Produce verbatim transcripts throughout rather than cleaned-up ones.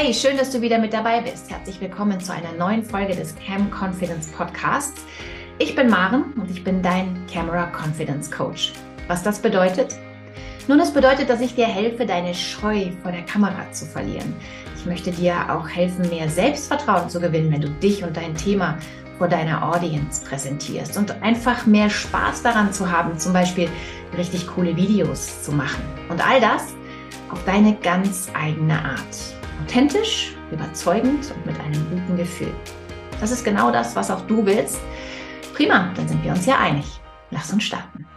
Hey, schön, dass du wieder mit dabei bist. Herzlich willkommen zu einer neuen Folge des Cam Confidence Podcasts. Ich bin Maren und ich bin dein Camera Confidence Coach. Was das bedeutet? Nun, es bedeutet, dass ich dir helfe, deine Scheu vor der Kamera zu verlieren. Ich möchte dir auch helfen, mehr Selbstvertrauen zu gewinnen, wenn du dich und dein Thema vor deiner Audience präsentierst und einfach mehr Spaß daran zu haben, zum Beispiel richtig coole Videos zu machen. Und all das auf deine ganz eigene Art. Authentisch, überzeugend und mit einem guten Gefühl. Das ist genau das, was auch du willst. Prima, dann sind wir uns ja einig. Lass uns starten.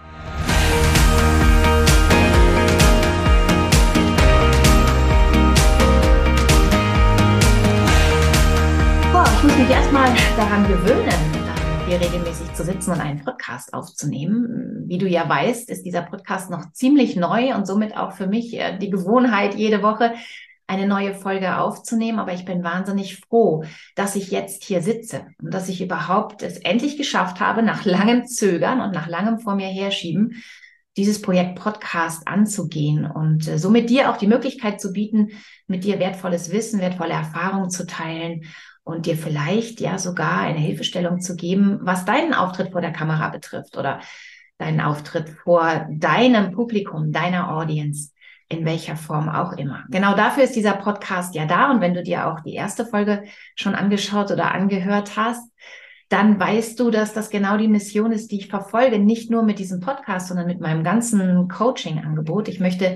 Boah, ich muss mich erstmal daran gewöhnen, hier regelmäßig zu sitzen und einen Podcast aufzunehmen. Wie du ja weißt, ist dieser Podcast noch ziemlich neu und somit auch für mich die Gewohnheit, jede Woche eine neue Folge aufzunehmen, aber ich bin wahnsinnig froh, dass ich jetzt hier sitze und dass ich überhaupt es endlich geschafft habe, nach langem Zögern und nach langem vor mir herschieben, dieses Projekt Podcast anzugehen und äh, somit dir auch die Möglichkeit zu bieten, mit dir wertvolles Wissen, wertvolle Erfahrungen zu teilen und dir vielleicht ja sogar eine Hilfestellung zu geben, was deinen Auftritt vor der Kamera betrifft oder deinen Auftritt vor deinem Publikum, deiner Audience. In welcher Form auch immer. Genau dafür ist dieser Podcast ja da. Und wenn du dir auch die erste Folge schon angeschaut oder angehört hast, dann weißt du, dass das genau die Mission ist, die ich verfolge. Nicht nur mit diesem Podcast, sondern mit meinem ganzen Coaching-Angebot. Ich möchte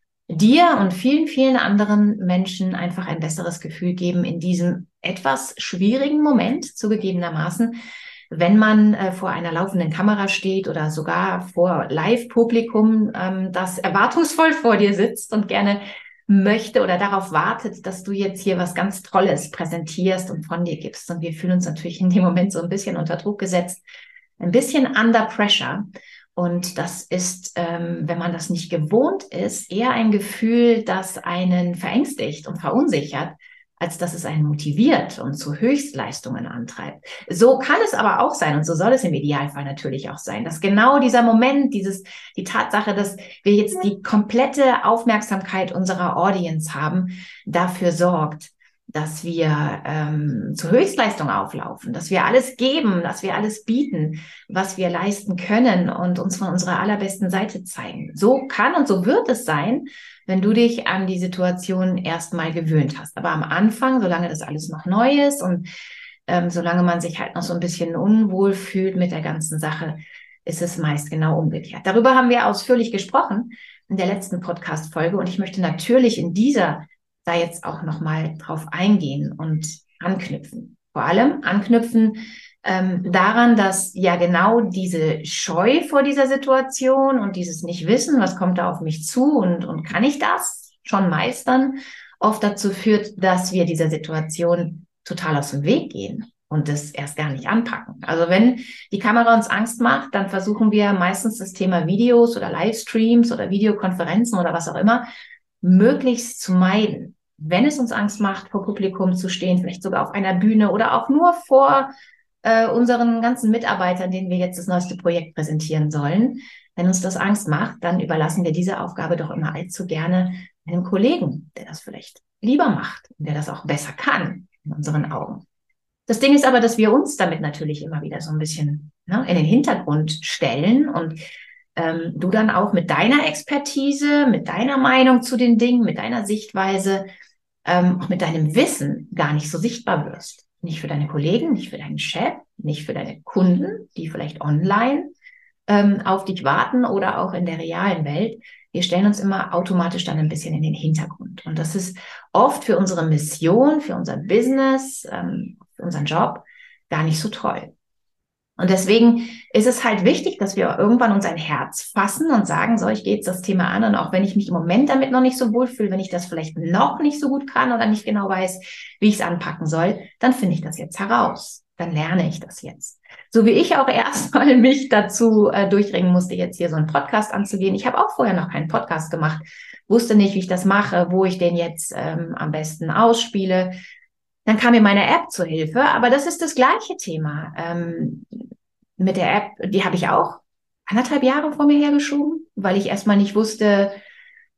dir und vielen, vielen anderen Menschen einfach ein besseres Gefühl geben in diesem etwas schwierigen Moment, zugegebenermaßen, wenn man äh, vor einer laufenden Kamera steht oder sogar vor Live-Publikum, ähm, das erwartungsvoll vor dir sitzt und gerne möchte oder darauf wartet, dass du jetzt hier was ganz Tolles präsentierst und von dir gibst. Und wir fühlen uns natürlich in dem Moment so ein bisschen unter Druck gesetzt, ein bisschen under pressure. Und das ist, ähm, wenn man das nicht gewohnt ist, eher ein Gefühl, das einen verängstigt und verunsichert, als dass es einen motiviert und zu Höchstleistungen antreibt. So kann es aber auch sein und so soll es im Idealfall natürlich auch sein, dass genau dieser Moment, dieses, die Tatsache, dass wir jetzt die komplette Aufmerksamkeit unserer Audience haben, dafür sorgt, dass wir ähm, zur Höchstleistung auflaufen, dass wir alles geben, dass wir alles bieten, was wir leisten können und uns von unserer allerbesten Seite zeigen. So kann und so wird es sein, wenn du dich an die Situation erstmal gewöhnt hast. Aber am Anfang, solange das alles noch neu ist und ähm, solange man sich halt noch so ein bisschen unwohl fühlt mit der ganzen Sache, ist es meist genau umgekehrt. Darüber haben wir ausführlich gesprochen in der letzten Podcast-Folge und ich möchte natürlich in dieser da jetzt auch nochmal drauf eingehen und anknüpfen. Vor allem anknüpfen ähm, daran, dass ja genau diese Scheu vor dieser Situation und dieses Nicht-Wissen, was kommt da auf mich zu und, und kann ich das schon meistern, oft dazu führt, dass wir dieser Situation total aus dem Weg gehen und das erst gar nicht anpacken. Also wenn die Kamera uns Angst macht, dann versuchen wir meistens das Thema Videos oder Livestreams oder Videokonferenzen oder was auch immer möglichst zu meiden. Wenn es uns Angst macht, vor Publikum zu stehen, vielleicht sogar auf einer Bühne oder auch nur vor äh, unseren ganzen Mitarbeitern, denen wir jetzt das neueste Projekt präsentieren sollen. Wenn uns das Angst macht, dann überlassen wir diese Aufgabe doch immer allzu gerne einem Kollegen, der das vielleicht lieber macht und der das auch besser kann in unseren Augen. Das Ding ist aber, dass wir uns damit natürlich immer wieder so ein bisschen ne, in den Hintergrund stellen und ähm, du dann auch mit deiner Expertise, mit deiner Meinung zu den Dingen, mit deiner Sichtweise, ähm, auch mit deinem Wissen gar nicht so sichtbar wirst. Nicht für deine Kollegen, nicht für deinen Chef, nicht für deine Kunden, die vielleicht online ähm, auf dich warten oder auch in der realen Welt. Wir stellen uns immer automatisch dann ein bisschen in den Hintergrund. Und das ist oft für unsere Mission, für unser Business, ähm, für unseren Job gar nicht so toll. Und deswegen ist es halt wichtig, dass wir irgendwann uns ein Herz fassen und sagen, so, ich gehe jetzt das Thema an und auch wenn ich mich im Moment damit noch nicht so wohl fühle, wenn ich das vielleicht noch nicht so gut kann oder nicht genau weiß, wie ich es anpacken soll, dann finde ich das jetzt heraus. Dann lerne ich das jetzt. So wie ich auch erstmal mich dazu äh, durchringen musste, jetzt hier so einen Podcast anzugehen. Ich habe auch vorher noch keinen Podcast gemacht, wusste nicht, wie ich das mache, wo ich den jetzt ähm, am besten ausspiele. Dann kam mir meine App zur Hilfe, aber das ist das gleiche Thema. Ähm, mit der App, die habe ich auch anderthalb Jahre vor mir hergeschoben, weil ich erstmal nicht wusste,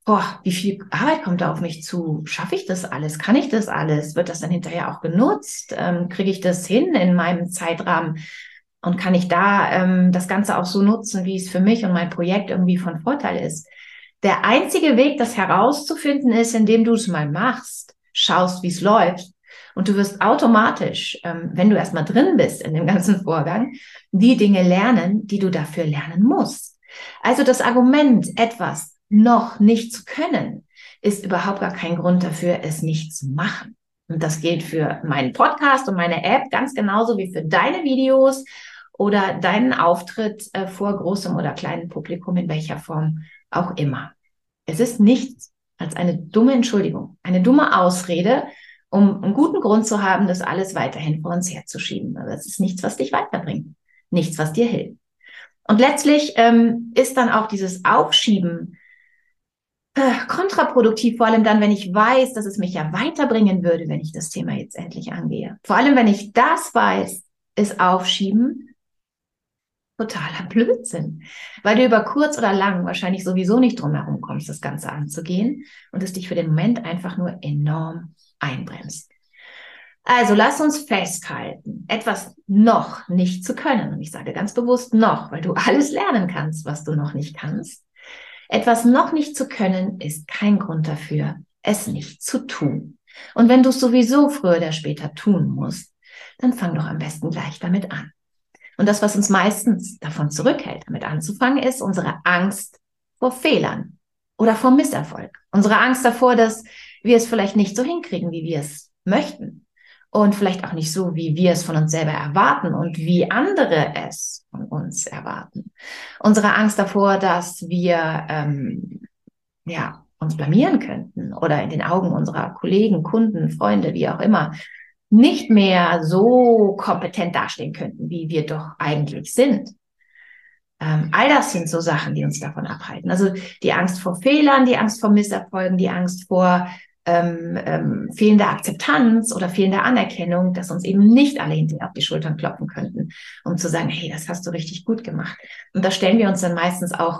boah, wie viel Arbeit kommt da auf mich zu? Schaffe ich das alles? Kann ich das alles? Wird das dann hinterher auch genutzt? Ähm, kriege ich das hin in meinem Zeitrahmen? Und kann ich da ähm, das Ganze auch so nutzen, wie es für mich und mein Projekt irgendwie von Vorteil ist? Der einzige Weg, das herauszufinden, ist, indem du es mal machst, schaust, wie es läuft. Und du wirst automatisch, ähm, wenn du erstmal drin bist in dem ganzen Vorgang, die Dinge lernen, die du dafür lernen musst. Also das Argument, etwas noch nicht zu können, ist überhaupt gar kein Grund dafür, es nicht zu machen. Und das gilt für meinen Podcast und meine App ganz genauso wie für deine Videos oder deinen Auftritt äh, vor großem oder kleinem Publikum, in welcher Form auch immer. Es ist nichts als eine dumme Entschuldigung, eine dumme Ausrede, um einen guten Grund zu haben, das alles weiterhin vor uns herzuschieben. Aber es ist nichts, was dich weiterbringt, nichts, was dir hilft. Und letztlich ähm, ist dann auch dieses Aufschieben äh, kontraproduktiv, vor allem dann, wenn ich weiß, dass es mich ja weiterbringen würde, wenn ich das Thema jetzt endlich angehe. Vor allem, wenn ich das weiß, ist Aufschieben totaler Blödsinn, weil du über kurz oder lang wahrscheinlich sowieso nicht drum herum kommst, das Ganze anzugehen und es dich für den Moment einfach nur enorm einbremst. Also lass uns festhalten, etwas noch nicht zu können. Und ich sage ganz bewusst noch, weil du alles lernen kannst, was du noch nicht kannst. Etwas noch nicht zu können, ist kein Grund dafür, es nicht zu tun. Und wenn du es sowieso früher oder später tun musst, dann fang doch am besten gleich damit an. Und das, was uns meistens davon zurückhält, damit anzufangen, ist unsere Angst vor Fehlern oder vor Misserfolg. Unsere Angst davor, dass wir es vielleicht nicht so hinkriegen, wie wir es möchten. Und vielleicht auch nicht so, wie wir es von uns selber erwarten und wie andere es von uns erwarten. Unsere Angst davor, dass wir ähm, ja, uns blamieren könnten oder in den Augen unserer Kollegen, Kunden, Freunde, wie auch immer, nicht mehr so kompetent dastehen könnten, wie wir doch eigentlich sind. Ähm, all das sind so Sachen, die uns davon abhalten. Also die Angst vor Fehlern, die Angst vor Misserfolgen, die Angst vor ähm, ähm, fehlender Akzeptanz oder fehlender Anerkennung, dass uns eben nicht alle hinterher auf die Schultern klopfen könnten, um zu sagen, hey, das hast du richtig gut gemacht. Und da stellen wir uns dann meistens auch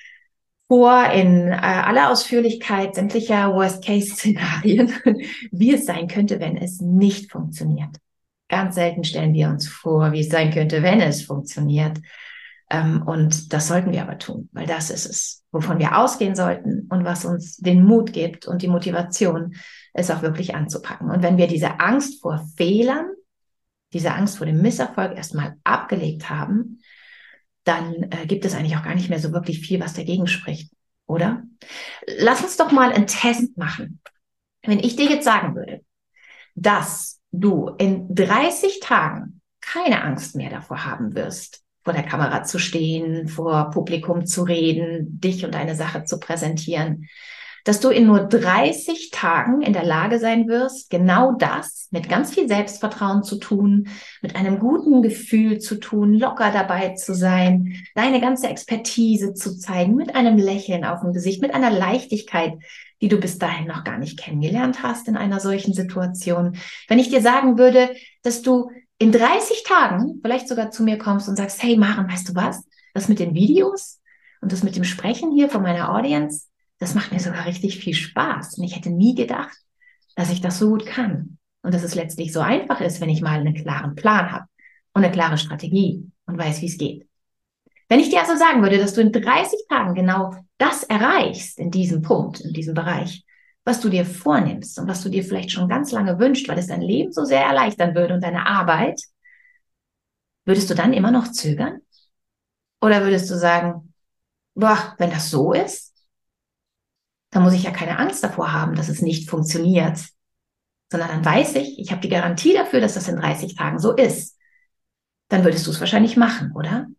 vor in äh, aller Ausführlichkeit sämtlicher Worst-Case-Szenarien, wie es sein könnte, wenn es nicht funktioniert. Ganz selten stellen wir uns vor, wie es sein könnte, wenn es funktioniert. Ähm, und das sollten wir aber tun, weil das ist es, wovon wir ausgehen sollten und was uns den Mut gibt und die Motivation, es auch wirklich anzupacken. Und wenn wir diese Angst vor Fehlern, diese Angst vor dem Misserfolg erstmal abgelegt haben, dann äh, gibt es eigentlich auch gar nicht mehr so wirklich viel, was dagegen spricht, oder? Lass uns doch mal einen Test machen. Wenn ich dir jetzt sagen würde, dass du in dreißig Tagen keine Angst mehr davor haben wirst, vor der Kamera zu stehen, vor Publikum zu reden, dich und deine Sache zu präsentieren, dass du in nur dreißig Tagen in der Lage sein wirst, genau das mit ganz viel Selbstvertrauen zu tun, mit einem guten Gefühl zu tun, locker dabei zu sein, deine ganze Expertise zu zeigen, mit einem Lächeln auf dem Gesicht, mit einer Leichtigkeit, die du bis dahin noch gar nicht kennengelernt hast in einer solchen Situation. Wenn ich dir sagen würde, dass du in dreißig Tagen vielleicht sogar zu mir kommst und sagst, hey Maren, weißt du was? Das mit den Videos und das mit dem Sprechen hier von meiner Audience, das macht mir sogar richtig viel Spaß. Und ich hätte nie gedacht, dass ich das so gut kann. Und dass es letztlich so einfach ist, wenn ich mal einen klaren Plan habe und eine klare Strategie und weiß, wie es geht. Wenn ich dir also sagen würde, dass du in dreißig Tagen genau das erreichst in diesem Punkt, in diesem Bereich, was du dir vornimmst und was du dir vielleicht schon ganz lange wünschst, weil es dein Leben so sehr erleichtern würde und deine Arbeit, würdest du dann immer noch zögern? Oder würdest du sagen, boah, wenn das so ist, dann muss ich ja keine Angst davor haben, dass es nicht funktioniert, sondern dann weiß ich, ich habe die Garantie dafür, dass das in dreißig Tagen so ist. Dann würdest du es wahrscheinlich machen, oder?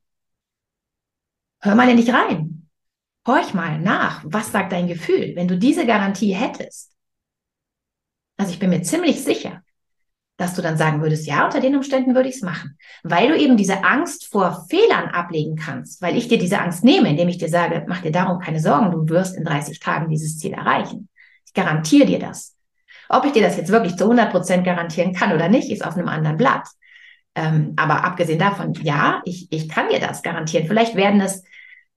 Hör mal in dich rein. Horch mal nach. Was sagt dein Gefühl, wenn du diese Garantie hättest? Also ich bin mir ziemlich sicher, dass du dann sagen würdest, ja, unter den Umständen würde ich es machen. Weil du eben diese Angst vor Fehlern ablegen kannst, weil ich dir diese Angst nehme, indem ich dir sage, mach dir darum keine Sorgen, du wirst in dreißig Tagen dieses Ziel erreichen. Ich garantiere dir das. Ob ich dir das jetzt wirklich zu hundert Prozent garantieren kann oder nicht, ist auf einem anderen Blatt. Ähm, aber abgesehen davon, ja, ich, ich kann dir das garantieren. Vielleicht werden es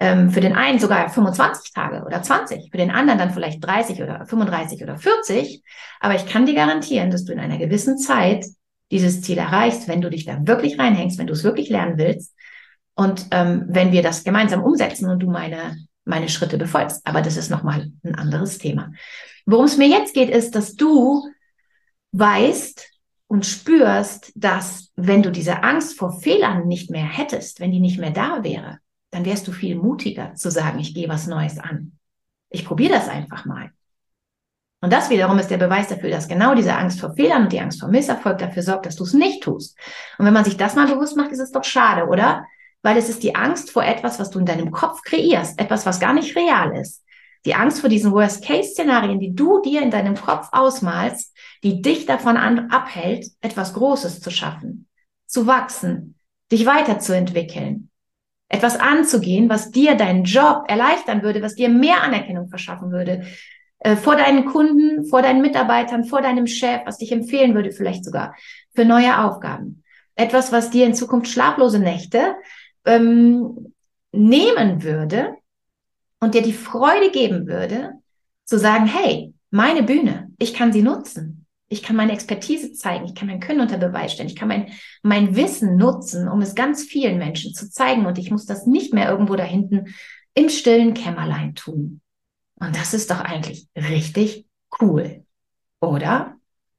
ähm, für den einen sogar fünfundzwanzig Tage oder zwanzig, für den anderen dann vielleicht dreißig oder fünfunddreißig oder vierzig. Aber ich kann dir garantieren, dass du in einer gewissen Zeit dieses Ziel erreichst, wenn du dich da wirklich reinhängst, wenn du es wirklich lernen willst und ähm, wenn wir das gemeinsam umsetzen und du meine, meine Schritte befolgst. Aber das ist nochmal ein anderes Thema. Worum es mir jetzt geht, ist, dass du weißt und spürst, dass wenn du diese Angst vor Fehlern nicht mehr hättest, wenn die nicht mehr da wäre, dann wärst du viel mutiger zu sagen, ich gehe was Neues an. Ich probiere das einfach mal. Und das wiederum ist der Beweis dafür, dass genau diese Angst vor Fehlern und die Angst vor Misserfolg dafür sorgt, dass du es nicht tust. Und wenn man sich das mal bewusst macht, ist es doch schade, oder? Weil es ist die Angst vor etwas, was du in deinem Kopf kreierst, etwas, was gar nicht real ist. Die Angst vor diesen Worst-Case-Szenarien, die du dir in deinem Kopf ausmalst, die dich davon an, abhält, etwas Großes zu schaffen, zu wachsen, dich weiterzuentwickeln, etwas anzugehen, was dir deinen Job erleichtern würde, was dir mehr Anerkennung verschaffen würde, äh, vor deinen Kunden, vor deinen Mitarbeitern, vor deinem Chef, was dich empfehlen würde, vielleicht sogar für neue Aufgaben. Etwas, was dir in Zukunft schlaflose Nächte ähm, nehmen würde und dir die Freude geben würde, zu sagen, hey, meine Bühne, ich kann sie nutzen. Ich kann meine Expertise zeigen, ich kann mein Können unter Beweis stellen, ich kann mein, mein Wissen nutzen, um es ganz vielen Menschen zu zeigen und ich muss das nicht mehr irgendwo da hinten im stillen Kämmerlein tun. Und das ist doch eigentlich richtig cool, oder?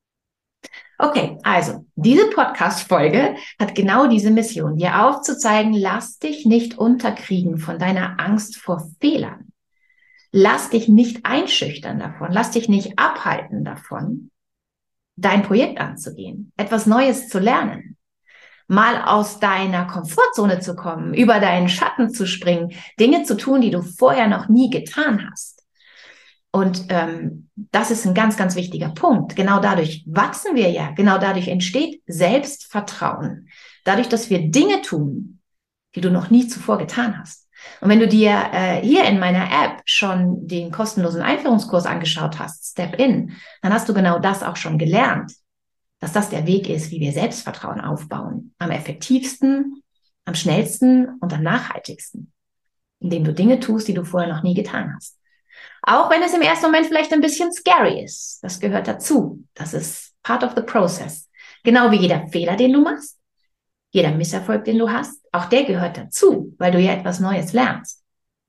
Okay, also diese Podcast-Folge hat genau diese Mission, dir aufzuzeigen, lass dich nicht unterkriegen von deiner Angst vor Fehlern. Lass dich nicht einschüchtern davon, lass dich nicht abhalten davon, dein Projekt anzugehen, etwas Neues zu lernen, mal aus deiner Komfortzone zu kommen, über deinen Schatten zu springen, Dinge zu tun, die du vorher noch nie getan hast. Und ähm, das ist ein ganz, ganz wichtiger Punkt. Genau dadurch wachsen wir ja, genau dadurch entsteht Selbstvertrauen. Dadurch, dass wir Dinge tun, die du noch nie zuvor getan hast. Und wenn du dir äh, hier in meiner App schon den kostenlosen Einführungskurs angeschaut hast, Step In, dann hast du genau das auch schon gelernt, dass das der Weg ist, wie wir Selbstvertrauen aufbauen. Am effektivsten, am schnellsten und am nachhaltigsten. Indem du Dinge tust, die du vorher noch nie getan hast. Auch wenn es im ersten Moment vielleicht ein bisschen scary ist. Das gehört dazu. Das ist part of the process. Genau wie jeder Fehler, den du machst. Jeder Misserfolg, den du hast, auch der gehört dazu, weil du ja etwas Neues lernst.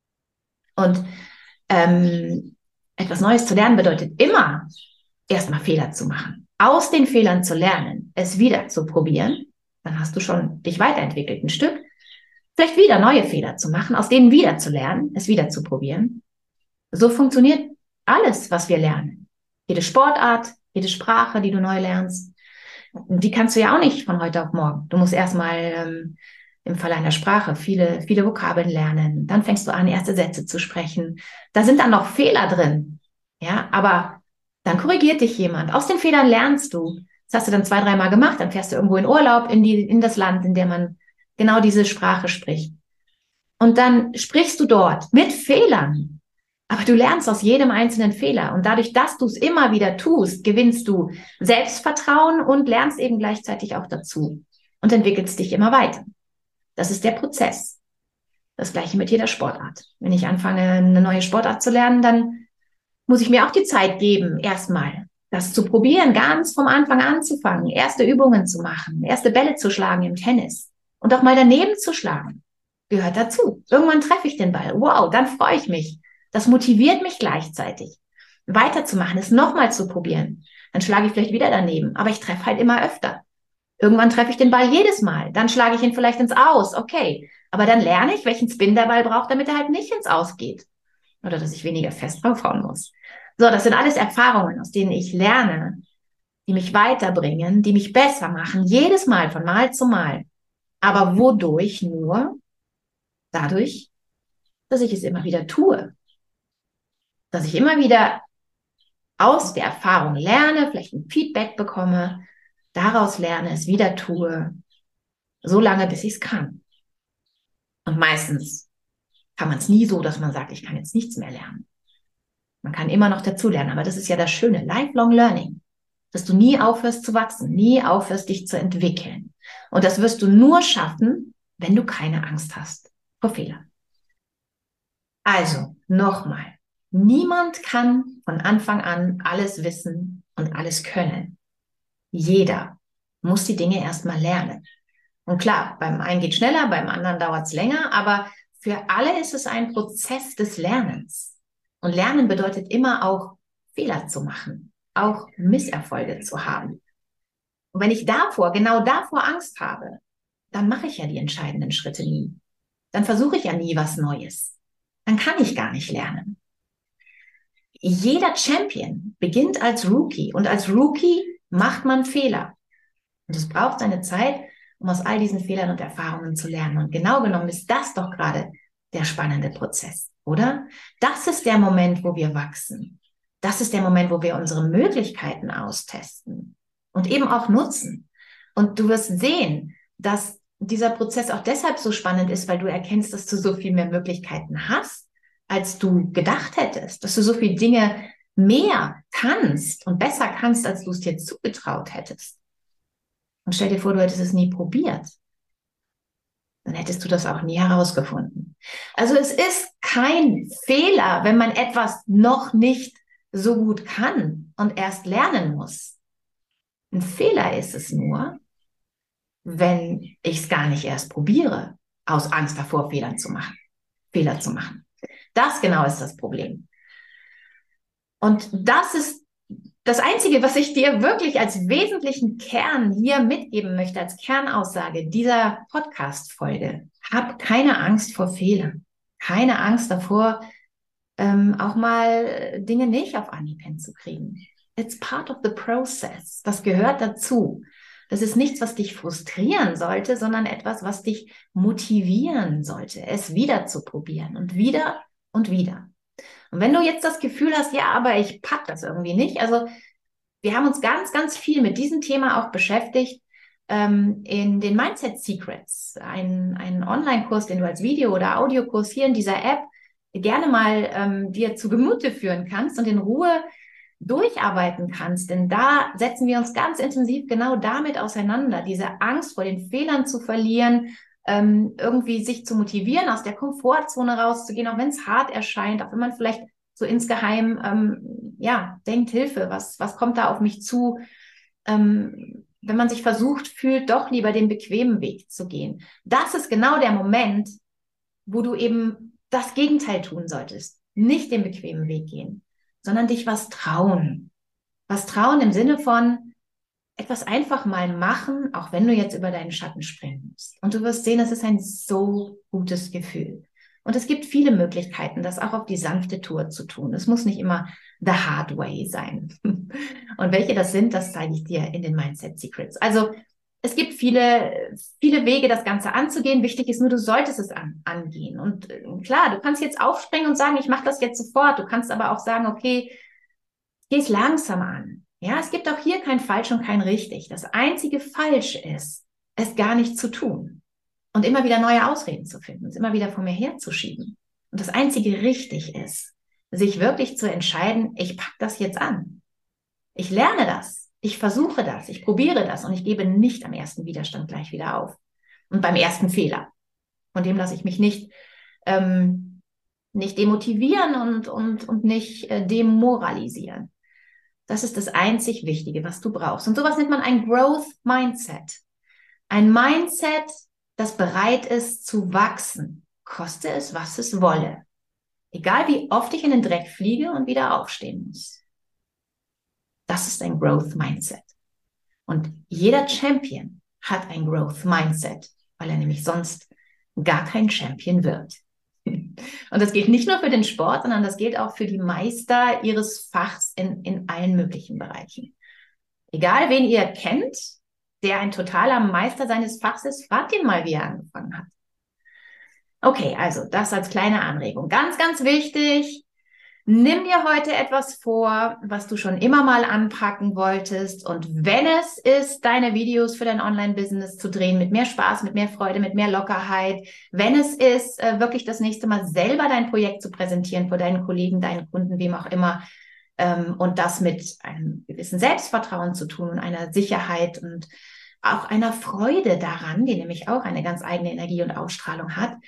Und ähm, etwas Neues zu lernen bedeutet immer, erstmal Fehler zu machen. Aus den Fehlern zu lernen, es wieder zu probieren, dann hast du schon dich weiterentwickelt ein Stück. Vielleicht wieder neue Fehler zu machen, aus denen wieder zu lernen, es wieder zu probieren. So funktioniert alles, was wir lernen. Jede Sportart, jede Sprache, die du neu lernst, die kannst du ja auch nicht von heute auf morgen. Du musst erstmal ähm, im Fall einer Sprache viele, viele Vokabeln lernen. Dann fängst du an, erste Sätze zu sprechen. Da sind dann noch Fehler drin. Ja, aber dann korrigiert dich jemand. Aus den Fehlern lernst du. Das hast du dann zwei, dreimal gemacht. Dann fährst du irgendwo in Urlaub in die, in das Land, in dem man genau diese Sprache spricht. Und dann sprichst du dort mit Fehlern. Aber du lernst aus jedem einzelnen Fehler. Und dadurch, dass du es immer wieder tust, gewinnst du Selbstvertrauen und lernst eben gleichzeitig auch dazu und entwickelst dich immer weiter. Das ist der Prozess. Das Gleiche mit jeder Sportart. Wenn ich anfange, eine neue Sportart zu lernen, dann muss ich mir auch die Zeit geben, erstmal das zu probieren, ganz vom Anfang anzufangen, erste Übungen zu machen, erste Bälle zu schlagen im Tennis und auch mal daneben zu schlagen. Gehört dazu. Irgendwann treffe ich den Ball. Wow, dann freue ich mich. Das motiviert mich gleichzeitig, weiterzumachen, es nochmal zu probieren. Dann schlage ich vielleicht wieder daneben, aber ich treffe halt immer öfter. Irgendwann treffe ich den Ball jedes Mal. Dann schlage ich ihn vielleicht ins Aus, okay. Aber dann lerne ich, welchen Spin der Ball braucht, damit er halt nicht ins Aus geht. Oder dass ich weniger fest draufhauen muss. So, das sind alles Erfahrungen, aus denen ich lerne, die mich weiterbringen, die mich besser machen, jedes Mal, von Mal zu Mal. Aber wodurch? Nur dadurch, dass ich es immer wieder tue. Dass ich immer wieder aus der Erfahrung lerne, vielleicht ein Feedback bekomme, daraus lerne, es wieder tue, so lange, bis ich es kann. Und meistens kann man es nie so, dass man sagt, ich kann jetzt nichts mehr lernen. Man kann immer noch dazu lernen, aber das ist ja das Schöne, Lifelong Learning, dass du nie aufhörst zu wachsen, nie aufhörst, dich zu entwickeln. Und das wirst du nur schaffen, wenn du keine Angst hast vor Fehlern. Also, nochmal. Niemand kann von Anfang an alles wissen und alles können. Jeder muss die Dinge erstmal lernen. Und klar, beim einen geht schneller, beim anderen dauert es länger, aber für alle ist es ein Prozess des Lernens. Und Lernen bedeutet immer auch Fehler zu machen, auch Misserfolge zu haben. Und wenn ich davor, genau davor Angst habe, dann mache ich ja die entscheidenden Schritte nie. Dann versuche ich ja nie was Neues. Dann kann ich gar nicht lernen. Jeder Champion beginnt als Rookie und als Rookie macht man Fehler. Und es braucht seine Zeit, um aus all diesen Fehlern und Erfahrungen zu lernen. Und genau genommen ist das doch gerade der spannende Prozess, oder? Das ist der Moment, wo wir wachsen. Das ist der Moment, wo wir unsere Möglichkeiten austesten und eben auch nutzen. Und du wirst sehen, dass dieser Prozess auch deshalb so spannend ist, weil du erkennst, dass du so viel mehr Möglichkeiten hast, als du gedacht hättest, dass du so viele Dinge mehr kannst und besser kannst, als du es dir zugetraut hättest. Und stell dir vor, du hättest es nie probiert. Dann hättest du das auch nie herausgefunden. Also es ist kein Fehler, wenn man etwas noch nicht so gut kann und erst lernen muss. Ein Fehler ist es nur, wenn ich es gar nicht erst probiere, aus Angst davor, Fehlern zu machen, Fehler zu machen. Das genau ist das Problem. Und das ist das Einzige, was ich dir wirklich als wesentlichen Kern hier mitgeben möchte, als Kernaussage dieser Podcast-Folge. Hab keine Angst vor Fehlern. Keine Angst davor, ähm, auch mal Dinge nicht auf Anhieb hinzukriegen. It's part of the process. Das gehört dazu. Das ist nichts, was dich frustrieren sollte, sondern etwas, was dich motivieren sollte, es wieder zu probieren und wieder und wieder. Und wenn du jetzt das Gefühl hast, ja, aber ich pack das irgendwie nicht, also wir haben uns ganz, ganz viel mit diesem Thema auch beschäftigt ähm, in den Mindset Secrets, ein, ein Online-Kurs, den du als Video- oder Audiokurs hier in dieser App gerne mal ähm, dir zu Gemüte führen kannst und in Ruhe durcharbeiten kannst. Denn da setzen wir uns ganz intensiv genau damit auseinander, diese Angst vor den Fehlern zu verlieren, ähm, irgendwie sich zu motivieren, aus der Komfortzone rauszugehen, auch wenn es hart erscheint, auch wenn man vielleicht so insgeheim ähm, ja, denkt, Hilfe, was, was kommt da auf mich zu? Ähm, wenn man sich versucht fühlt, doch lieber den bequemen Weg zu gehen. Das ist genau der Moment, wo du eben das Gegenteil tun solltest. Nicht den bequemen Weg gehen, sondern dich was trauen. Was trauen im Sinne von etwas einfach mal machen, auch wenn du jetzt über deinen Schatten springen musst. Und du wirst sehen, es ist ein so gutes Gefühl. Und es gibt viele Möglichkeiten, das auch auf die sanfte Tour zu tun. Es muss nicht immer the hard way sein. Und welche das sind, das zeige ich dir in den Mindset Secrets. Also es gibt viele, viele Wege, das Ganze anzugehen. Wichtig ist nur, du solltest es an, angehen. Und äh, klar, du kannst jetzt aufspringen und sagen, ich mache das jetzt sofort. Du kannst aber auch sagen, okay, geh es langsam an. Ja, es gibt auch hier kein Falsch und kein Richtig. Das einzige Falsch ist, es gar nicht zu tun und immer wieder neue Ausreden zu finden, es immer wieder vor mir herzuschieben. Und das einzige Richtig ist, sich wirklich zu entscheiden, ich packe das jetzt an. Ich lerne das. Ich versuche das, ich probiere das und ich gebe nicht am ersten Widerstand gleich wieder auf. Und beim ersten Fehler. Von dem lasse ich mich nicht, ähm, nicht demotivieren und, und, und nicht äh, demoralisieren. Das ist das einzig Wichtige, was du brauchst. Und sowas nennt man ein Growth Mindset. Ein Mindset, das bereit ist zu wachsen. Koste es, was es wolle. Egal wie oft ich in den Dreck fliege und wieder aufstehen muss. Das ist ein Growth Mindset. Und jeder Champion hat ein Growth Mindset, weil er nämlich sonst gar kein Champion wird. Und das gilt nicht nur für den Sport, sondern das gilt auch für die Meister ihres Fachs in, in allen möglichen Bereichen. Egal, wen ihr kennt, der ein totaler Meister seines Fachs ist, fragt ihn mal, wie er angefangen hat. Okay, also das als kleine Anregung. Ganz, ganz wichtig. Nimm dir heute etwas vor, was du schon immer mal anpacken wolltest. Und wenn es ist, deine Videos für dein Online-Business zu drehen, mit mehr Spaß, mit mehr Freude, mit mehr Lockerheit. Wenn es ist, wirklich das nächste Mal selber dein Projekt zu präsentieren vor deinen Kollegen, deinen Kunden, wem auch immer. Und das mit einem gewissen Selbstvertrauen zu tun und einer Sicherheit und auch einer Freude daran, die nämlich auch eine ganz eigene Energie und Ausstrahlung hat.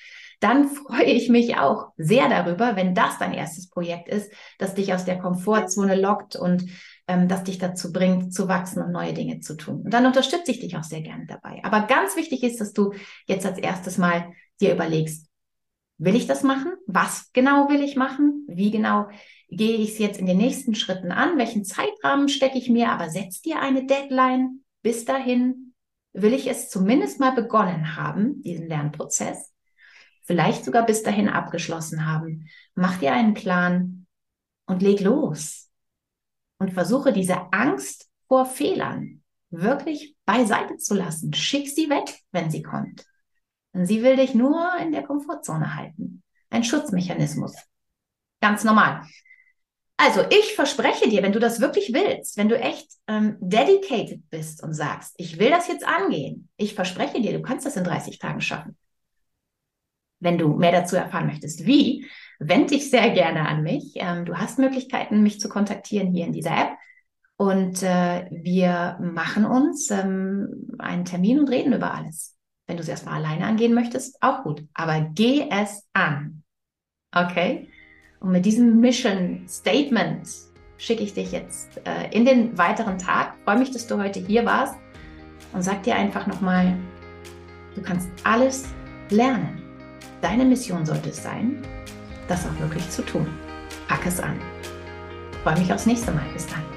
dann freue ich mich auch sehr darüber, wenn das dein erstes Projekt ist, das dich aus der Komfortzone lockt und ähm, das dich dazu bringt, zu wachsen und neue Dinge zu tun. Und dann unterstütze ich dich auch sehr gerne dabei. Aber ganz wichtig ist, dass du jetzt als erstes mal dir überlegst, will ich das machen? Was genau will ich machen? Wie genau gehe ich es jetzt in den nächsten Schritten an? Welchen Zeitrahmen stecke ich mir? Aber setz dir eine Deadline. Bis dahin will ich es zumindest mal begonnen haben, diesen Lernprozess. Vielleicht sogar bis dahin abgeschlossen haben. Mach dir einen Plan und leg los. Und versuche diese Angst vor Fehlern wirklich beiseite zu lassen. Schick sie weg, wenn sie kommt. Und sie will dich nur in der Komfortzone halten. Ein Schutzmechanismus. Ganz normal. Also ich verspreche dir, wenn du das wirklich willst, wenn du echt ähm, dedicated bist und sagst, ich will das jetzt angehen, ich verspreche dir, du kannst das in dreißig Tagen schaffen. Wenn du mehr dazu erfahren möchtest, wie, wende dich sehr gerne an mich. Ähm, du hast Möglichkeiten, mich zu kontaktieren hier in dieser App. Und äh, wir machen uns ähm, einen Termin und reden über alles. Wenn du es erstmal alleine angehen möchtest, auch gut. Aber geh es an. Okay? Und mit diesem Mission Statement schicke ich dich jetzt äh, in den weiteren Tag. Ich freue mich, dass du heute hier warst. Und sag dir einfach nochmal, du kannst alles lernen. Deine Mission sollte es sein, das auch wirklich zu tun. Pack es an. Ich freue mich aufs nächste Mal. Bis dann.